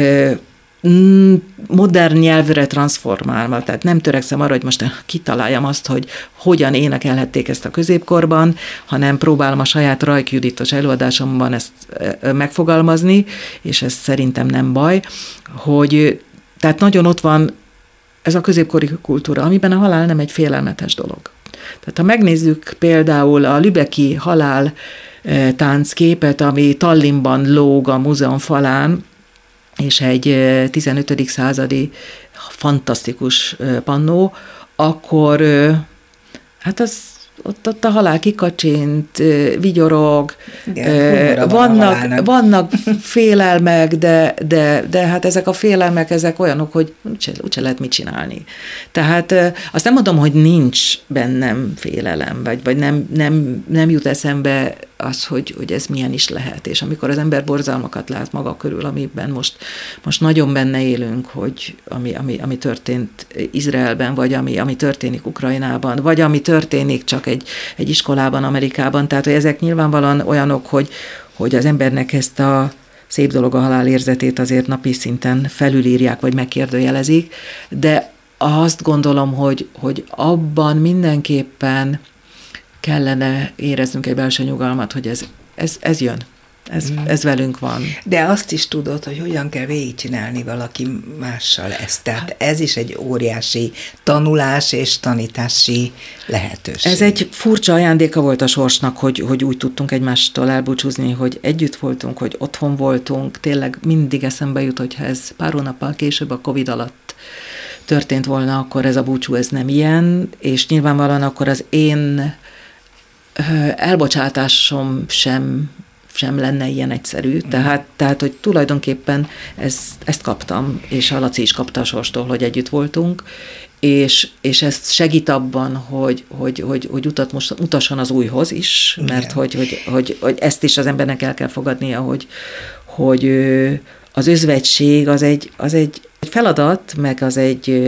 modern nyelvre transformálva, tehát nem törekszem arra, hogy most kitaláljam azt, hogy hogyan énekelhették ezt a középkorban, hanem próbálom a saját Rajk Juditos előadásomban ezt megfogalmazni, és ez szerintem nem baj, hogy tehát nagyon ott van ez a középkori kultúra, amiben a halál nem egy félelmetes dolog. Tehát ha megnézzük például a lübecki halál táncképet, ami Tallinnban lóg a múzeum falán, és egy 15. századi fantasztikus pannó, akkor hát ott a halál kikacsint, vigyorog, igen, vannak félelmek, de hát ezek a félelmek, ezek olyanok, hogy úgyse lehet mit csinálni. Tehát azt nem mondom, hogy nincs bennem félelem, vagy nem jut eszembe az, hogy ez milyen is lehet. És amikor az ember borzalmakat lát maga körül, amiben most nagyon benne élünk, hogy ami történt Izraelben, vagy ami történik Ukrajnában, vagy ami történik csak egy iskolában, Amerikában. Tehát, hogy ezek nyilvánvalóan olyanok, hogy az embernek ezt a szép dolog a halál érzetét azért napi szinten felülírják, vagy megkérdőjelezik, de azt gondolom, hogy abban mindenképpen kellene éreznünk egy belső nyugalmat, hogy ez jön. Ez velünk van. De azt is tudod, hogy hogyan kell végigcsinálni valaki mással ezt. Tehát ez is egy óriási tanulás és tanítási lehetőség. Ez egy furcsa ajándéka volt a sorsnak, hogy úgy tudtunk egymástól elbúcsúzni, hogy együtt voltunk, hogy otthon voltunk. Tényleg mindig eszembe jut, hogyha ez pár hónappal később a Covid alatt történt volna, akkor ez a búcsú, ez nem ilyen, és nyilvánvalóan akkor az én elbocsátásom sem lenne ilyen egyszerű. Tehát, hogy tulajdonképpen ezt kaptam, és a Laci is kapta a sorstól, hogy együtt voltunk, és ez segít abban, hogy utat mutasson az újhoz is, mert hogy ezt is az embernek el kell fogadnia, hogy az özvegység az egy feladat, meg az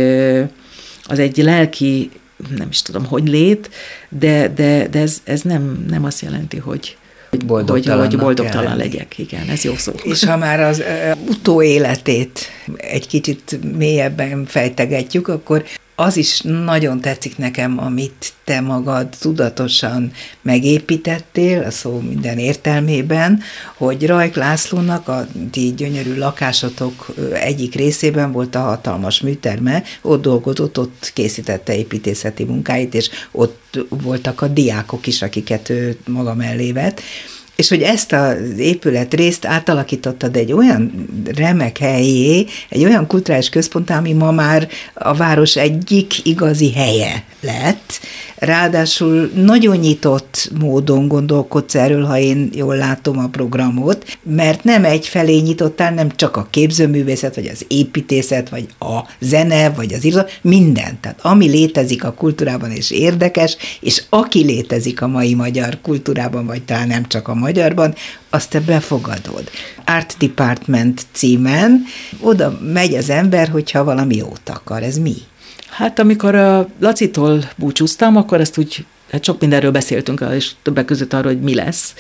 egy lelki, nem is tudom, hogy lét, de ez nem azt jelenti, hogy boldogtalan legyek. Igen, ez jó szó. És ha már az utóéletét egy kicsit mélyebben fejtegetjük, akkor az is nagyon tetszik nekem, amit te magad tudatosan megépítettél, a szó minden értelmében, hogy Rajk Lászlónak a ti gyönyörű lakásotok egyik részében volt a hatalmas műterme, ott dolgozott, ott készítette építészeti munkáit, és ott voltak a diákok is, akiket ő maga mellé vett, és hogy ezt az épület részt átalakítottad egy olyan remek helyé, egy olyan kulturális központtá, ami ma már a város egyik igazi helye lett. Ráadásul nagyon nyitott módon gondolkodsz erről, ha én jól látom a programot, mert nem egyfelé nyitottál, nem csak a képzőművészet, vagy az építészet, vagy a zene, vagy az irodalom, minden. Tehát ami létezik a kultúrában és érdekes, és aki létezik a mai magyar kultúrában, vagy talán nem csak a magyarban, azt te befogadod. Art Department címen oda megy az ember, hogyha valami jót akar. Ez mi? Hát amikor a Lacitól búcsúztam, akkor ezt úgy, hát sok mindenről beszéltünk, és többek között arról, hogy mi lesz,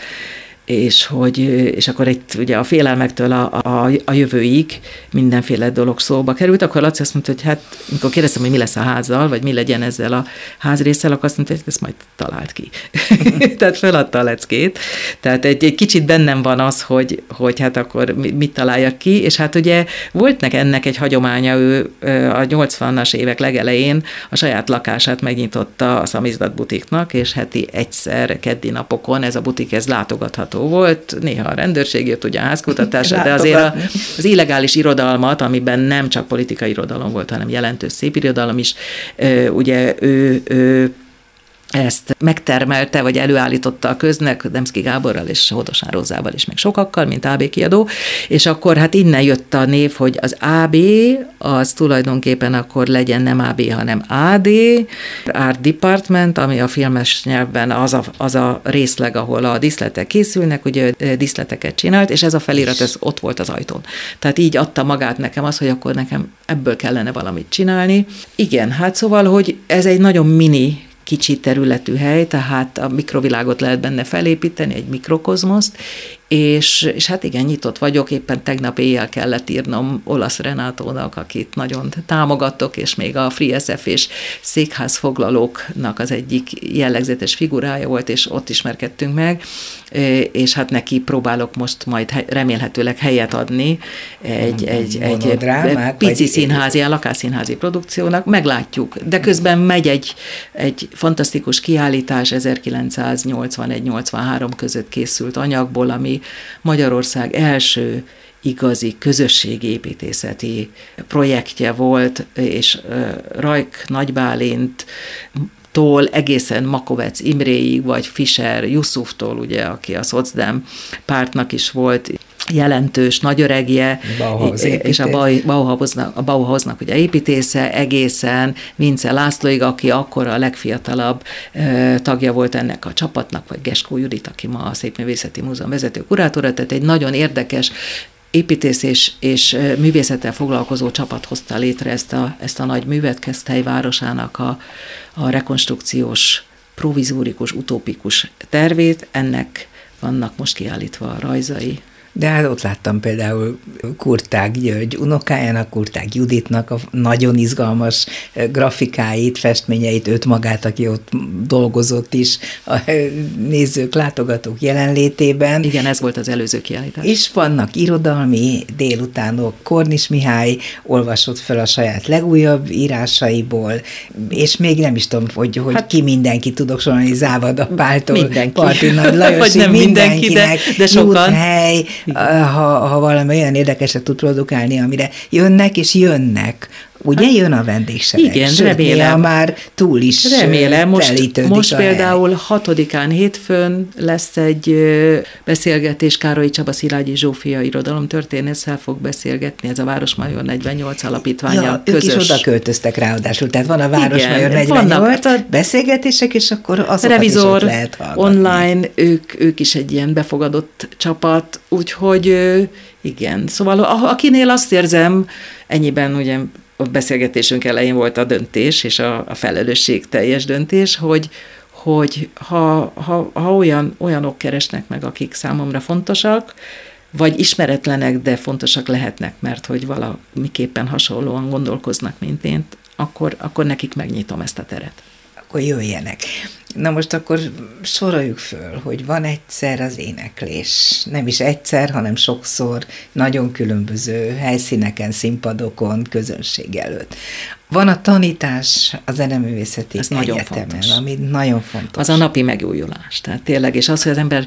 és akkor itt ugye a félelmektől a jövőig mindenféle dolog szóba került, akkor Laci azt mondta, hogy hát, amikor kérdeztem, hogy mi lesz a házzal, vagy mi legyen ezzel a házrésszel, akkor azt mondta, hogy ezt majd talált ki. Tehát feladta a leckét. Tehát egy kicsit bennem van az, hogy hát akkor mit találjak ki, és hát ugye volt ennek egy hagyománya, ő a 80-as évek legelején a saját lakását megnyitotta a Szamizdat butiknak, és heti egyszer keddi napokon ez a butik, ez látogatható volt, néha a rendőrség jött ugye a házkutatásra, de azért az illegális irodalmat, amiben nem csak politikai irodalom volt, hanem jelentős szépirodalom is, ugye ő ezt megtermelte, vagy előállította a köznek, Demszky Gáborral és Hódosán Rózával is, meg sokakkal, mint AB kiadó, és akkor hát innen jött a név, hogy az AB, az tulajdonképpen akkor legyen nem AB, hanem AD, Art Department, ami a filmes nyelvben az a részleg, ahol a díszletek készülnek, ugye díszleteket csinált, és ez a felirat, ez ott volt az ajtón. Tehát így adta magát nekem az, hogy akkor nekem ebből kellene valamit csinálni. Igen, hát szóval, hogy ez egy nagyon mini kicsi területű hely, tehát a mikrovilágot lehet benne felépíteni, egy mikrokozmoszt, és hát igen, nyitott vagyok, éppen tegnap éjjel kellett írnom Olasz Renátónak, akit nagyon támogatok, és még a Free SF és székházfoglalóknak az egyik jellegzetes figurája volt, és ott ismerkedtünk meg, és hát neki próbálok most majd remélhetőleg helyet adni egy pici színházi, lakásszínházi produkciónak, meglátjuk, de közben megy egy fantasztikus kiállítás 1981-83 között készült anyagból, ami Magyarország első igazi közösségépítészeti projektje volt, és Rajk Nagy Bálint-tól egészen Makovec Imréig, vagy Fischer Jusuftól, ugye, aki a Szocdem pártnak is volt jelentős nagyöregje, és a Bauhausnak ugye építésze, egészen Vince Lászlóig, aki akkor a legfiatalabb tagja volt ennek a csapatnak, vagy Geskó Judit, aki ma a Szépművészeti Múzeum vezető kurátora, tehát egy nagyon érdekes építész és művészettel foglalkozó csapat hozta létre ezt a nagy művet, Keszthely városának a rekonstrukciós, provizórikus, utópikus tervét. Ennek vannak most kiállítva a rajzai. De hát ott láttam például Kurtág György unokájának, Kurtág Juditnak a nagyon izgalmas grafikáit, festményeit, őt magát, aki ott dolgozott is a nézők, látogatók jelenlétében. Igen, ez volt az előző kiállítás. És vannak irodalmi délutánok. Kornis Mihály olvasott fel a saját legújabb írásaiból, és még nem is tudom, hogy hát, ki mindenki, tudok sorolni, Závada Páltól, Parti Nagy Lajosig, mindenkinek, de sokan. Hely, ha valami olyan érdekeset tud produkálni, amire jönnek és jönnek. Ugye jön a vendégsereg? Igen, sőt, remélem. Már túl is remélem. Most például 6-án hétfőn lesz egy beszélgetés, Károly Csaba Szilágyi Zsófia irodalomtörténésszel fog beszélgetni, ez a Városmajor 48 alapítványa közös. Ők is oda költöztek ráadásul, tehát van a Városmajor 48 beszélgetések, és akkor azokat Revizor, is ott lehet hallgatni. Online, ők is egy ilyen befogadott csapat, úgyhogy igen, szóval akinél azt érzem, ennyiben ugye a beszélgetésünk elején volt a döntés, és a felelősség teljes döntés, hogy ha olyanok keresnek meg, akik számomra fontosak, vagy ismeretlenek, de fontosak lehetnek, mert hogy valamiképpen hasonlóan gondolkoznak, mint én, akkor nekik megnyitom ezt a teret. Akkor jöjjenek. Na most akkor soroljuk föl, hogy van egyszer az éneklés. Nem is egyszer, hanem sokszor, nagyon különböző helyszíneken, színpadokon, közönség előtt. Van a tanítás a Zeneművészeti Egyetemen, ami nagyon fontos. Az a napi megújulás. Tehát tényleg, és az, hogy az ember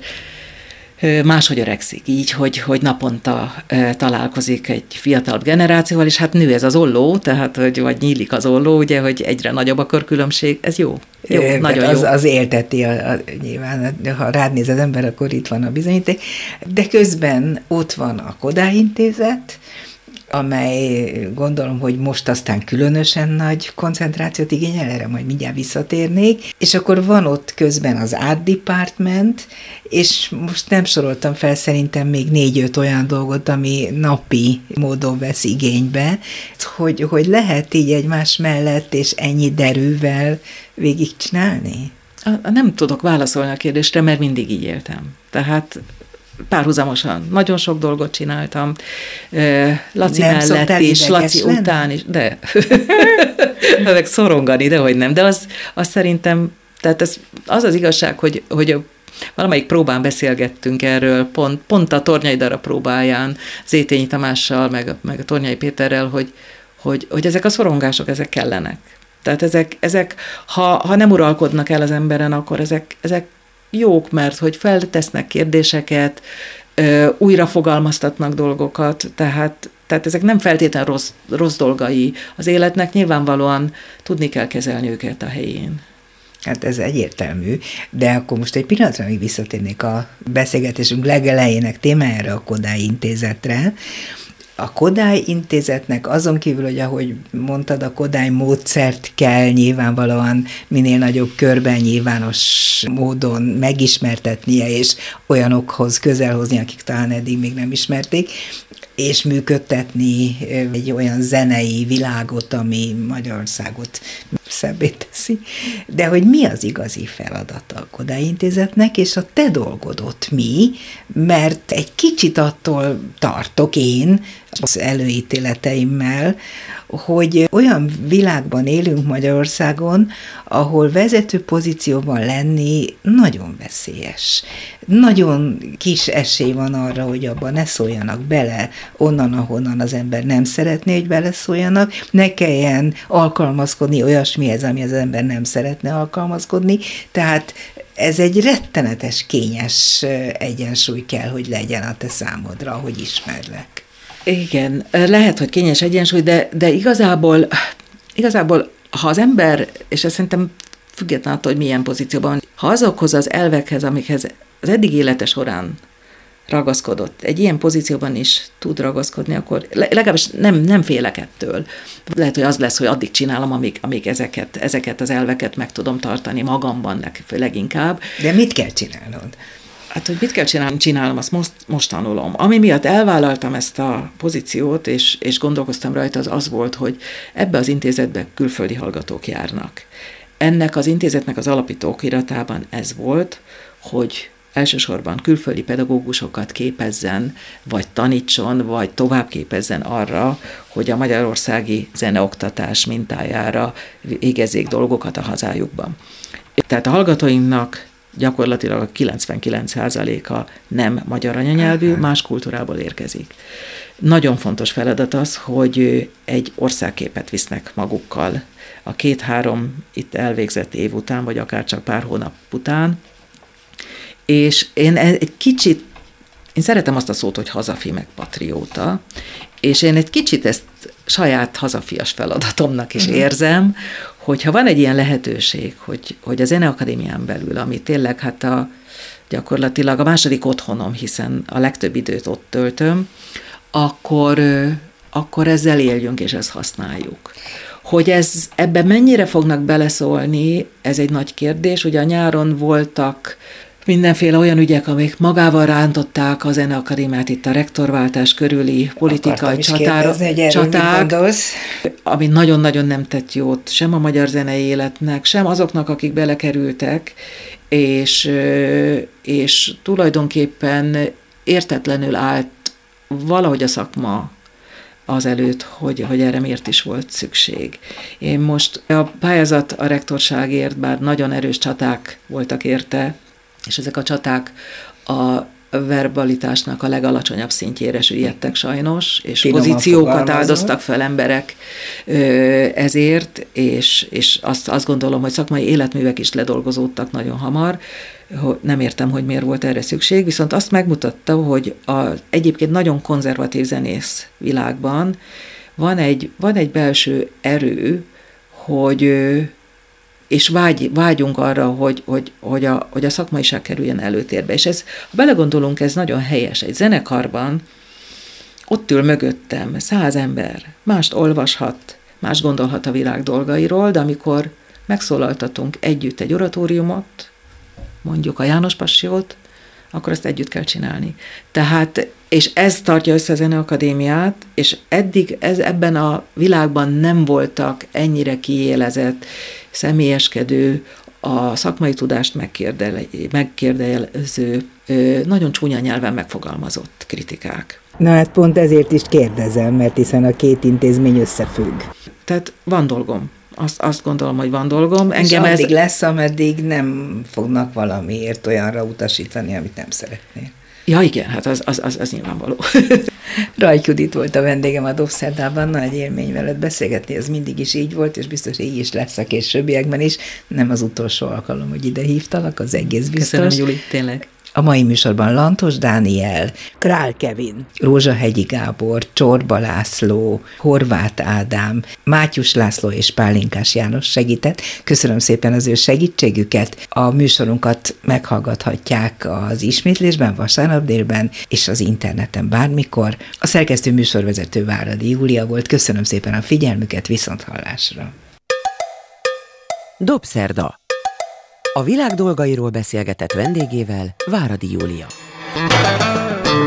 máshogy öregszik, így, hogy naponta találkozik egy fiatalabb generációval, és hát nő ez az olló, tehát, vagy nyílik az olló, ugye, hogy egyre nagyobb a körkülönbség, ez jó. Nagyon jó. Az élteti nyilván, ha rád néz az ember, akkor itt van a bizonyíték, de közben ott van a Kodály Intézet, amely gondolom, hogy most aztán különösen nagy koncentrációt igényel, erre majd mindjárt visszatérnék, és akkor van ott közben az Art Department, és most nem soroltam fel szerintem még 4-5 olyan dolgot, ami napi módon vesz igénybe, hogy lehet így egymás mellett és ennyi derűvel végigcsinálni? Nem tudok válaszolni a kérdésre, mert mindig így éltem. Tehát párhuzamosan nagyon sok dolgot csináltam, Laci nem mellett is, Laci után is, de meg szorongani, dehogy nem, de az szerintem, tehát az az igazság, hogy valamelyik próbán beszélgettünk erről, pont a Tornyai Dara próbáján, Zétényi Tamással, meg a Tornyai Péterrel, hogy ezek a szorongások, ezek kellenek. Tehát ezek ha nem uralkodnak el az emberen, akkor ezek jók, mert hogy feltesznek kérdéseket, újra fogalmaztatnak dolgokat, tehát ezek nem feltétlenül rossz dolgai az életnek, nyilvánvalóan tudni kell kezelni őket a helyén. Hát ez egyértelmű, de akkor most egy pillanatra még visszatérnék a beszélgetésünk legelejének témájára, a Kodály Intézetre. A Kodály Intézetnek azon kívül, hogy ahogy mondtad, a Kodály módszert kell nyilvánvalóan minél nagyobb körben nyilvános módon megismertetnie, és olyanokhoz közelhozni, akik talán eddig még nem ismerték, és működtetni egy olyan zenei világot, ami Magyarországot szebbé teszi. De hogy mi az igazi feladata a Kodály Intézetnek, és a te dolgod ott mi, mert egy kicsit attól tartok én, az előítéleteimmel, hogy olyan világban élünk Magyarországon, ahol vezető pozícióban lenni nagyon veszélyes. Nagyon kis esély van arra, hogy abban ne szóljanak bele onnan, ahonnan az ember nem szeretné, hogy beleszóljanak, ne kelljen alkalmazkodni olyasmihez, ami az ember nem szeretne alkalmazkodni, tehát ez egy rettenetes, kényes egyensúly kell, hogy legyen a te számodra, ahogy ismerlek. Igen, lehet, hogy kényes egyensúly, de igazából, ha az ember, és ezt szerintem független attól, hogy milyen pozícióban van, ha azokhoz az elvekhez, amikhez az eddig élete során ragaszkodott, egy ilyen pozícióban is tud ragaszkodni, akkor legalábbis nem félek ettől. Lehet, hogy az lesz, hogy addig csinálom, amíg ezeket az elveket meg tudom tartani magamban leginkább. De mit kell csinálnod? Hát, hogy mit kell csinálnom, azt most tanulom. Ami miatt elvállaltam ezt a pozíciót, és gondolkoztam rajta, az volt, hogy ebbe az intézetbe külföldi hallgatók járnak. Ennek az intézetnek az alapító okiratában ez volt, hogy elsősorban külföldi pedagógusokat képezzen, vagy tanítson, vagy tovább képezzen arra, hogy a magyarországi zeneoktatás mintájára végezzék dolgokat a hazájukban. Tehát a hallgatóinknak gyakorlatilag a 99%-a nem magyar anyanyelvű, más kultúrából érkezik. Nagyon fontos feladat az, hogy egy országképet visznek magukkal a 2-3 itt elvégzett év után, vagy akár csak pár hónap után, és én szeretem azt a szót, hogy hazafi meg patrióta, és én egy kicsit ezt saját hazafias feladatomnak is érzem, hogyha van egy ilyen lehetőség, hogy a Zeneakadémián belül, ami tényleg hát gyakorlatilag a második otthonom, hiszen a legtöbb időt ott töltöm, akkor ezzel éljünk és ezt használjuk. Hogy ebben mennyire fognak beleszólni, ez egy nagy kérdés. Ugye a nyáron voltak mindenféle olyan ügyek, amik magával rántották a Zeneakadémiát, itt a rektorváltás körüli politikai csaták, ami nagyon-nagyon nem tett jót sem a magyar zenei életnek, sem azoknak, akik belekerültek, és tulajdonképpen értetlenül állt valahogy a szakma azelőtt, hogy erre miért is volt szükség. Én most a pályázat a rektorságért, bár nagyon erős csaták voltak érte, és ezek a csaták a verbalitásnak a legalacsonyabb szintjére süllyedtek sajnos, és finoman pozíciókat áldoztak fel emberek ezért, és azt gondolom, hogy szakmai életművek is ledolgozódtak nagyon hamar. Nem értem, hogy miért volt erre szükség, viszont azt megmutatta, hogy egyébként nagyon konzervatív zenész világban van egy belső erő, és vágyunk arra, hogy a szakmaiság kerüljen előtérbe. És ha belegondolunk, ez nagyon helyes. Egy zenekarban ott ül mögöttem 100 ember, mást olvashat, más gondolhat a világ dolgairól, de amikor megszólaltatunk együtt egy oratóriumot, mondjuk a János Passiót, akkor azt együtt kell csinálni. Tehát, és ez tartja össze a Zeneakadémiát, és eddig ebben a világban nem voltak ennyire kiélezett, személyeskedő, a szakmai tudást megkérdelező, nagyon csúnya nyelven megfogalmazott kritikák. Na hát pont ezért is kérdezem, mert hiszen a két intézmény összefügg. Tehát van dolgom. Azt gondolom, hogy van dolgom. És addig lesz, ameddig nem fognak valamiért olyanra utasítani, amit nem szeretnél. Ja, igen, hát az nyilvánvaló. Rajk Judit volt a vendégem a Dobszerdában, nagy élmény veled beszélgetni, ez mindig is így volt, és biztos így is lesz a későbbiekben is. Nem az utolsó alkalom, hogy ide hívtalak, az egész biztos. Köszönöm, Juli, tényleg. A mai műsorban Lantos Dániel, Král Kevin, Rózsahegyi Gábor, Csorba László, Horváth Ádám, Mátyus László és Pálinkás János segített. Köszönöm szépen az ő segítségüket. A műsorunkat meghallgathatják az ismétlésben, vasárnap délben, és az interneten bármikor. A szerkesztő műsorvezető Váradi Júlia volt. Köszönöm szépen a figyelmüket, viszonthallásra. Dobszerda. A világ dolgairól beszélgetett vendégével Váradi Júlia.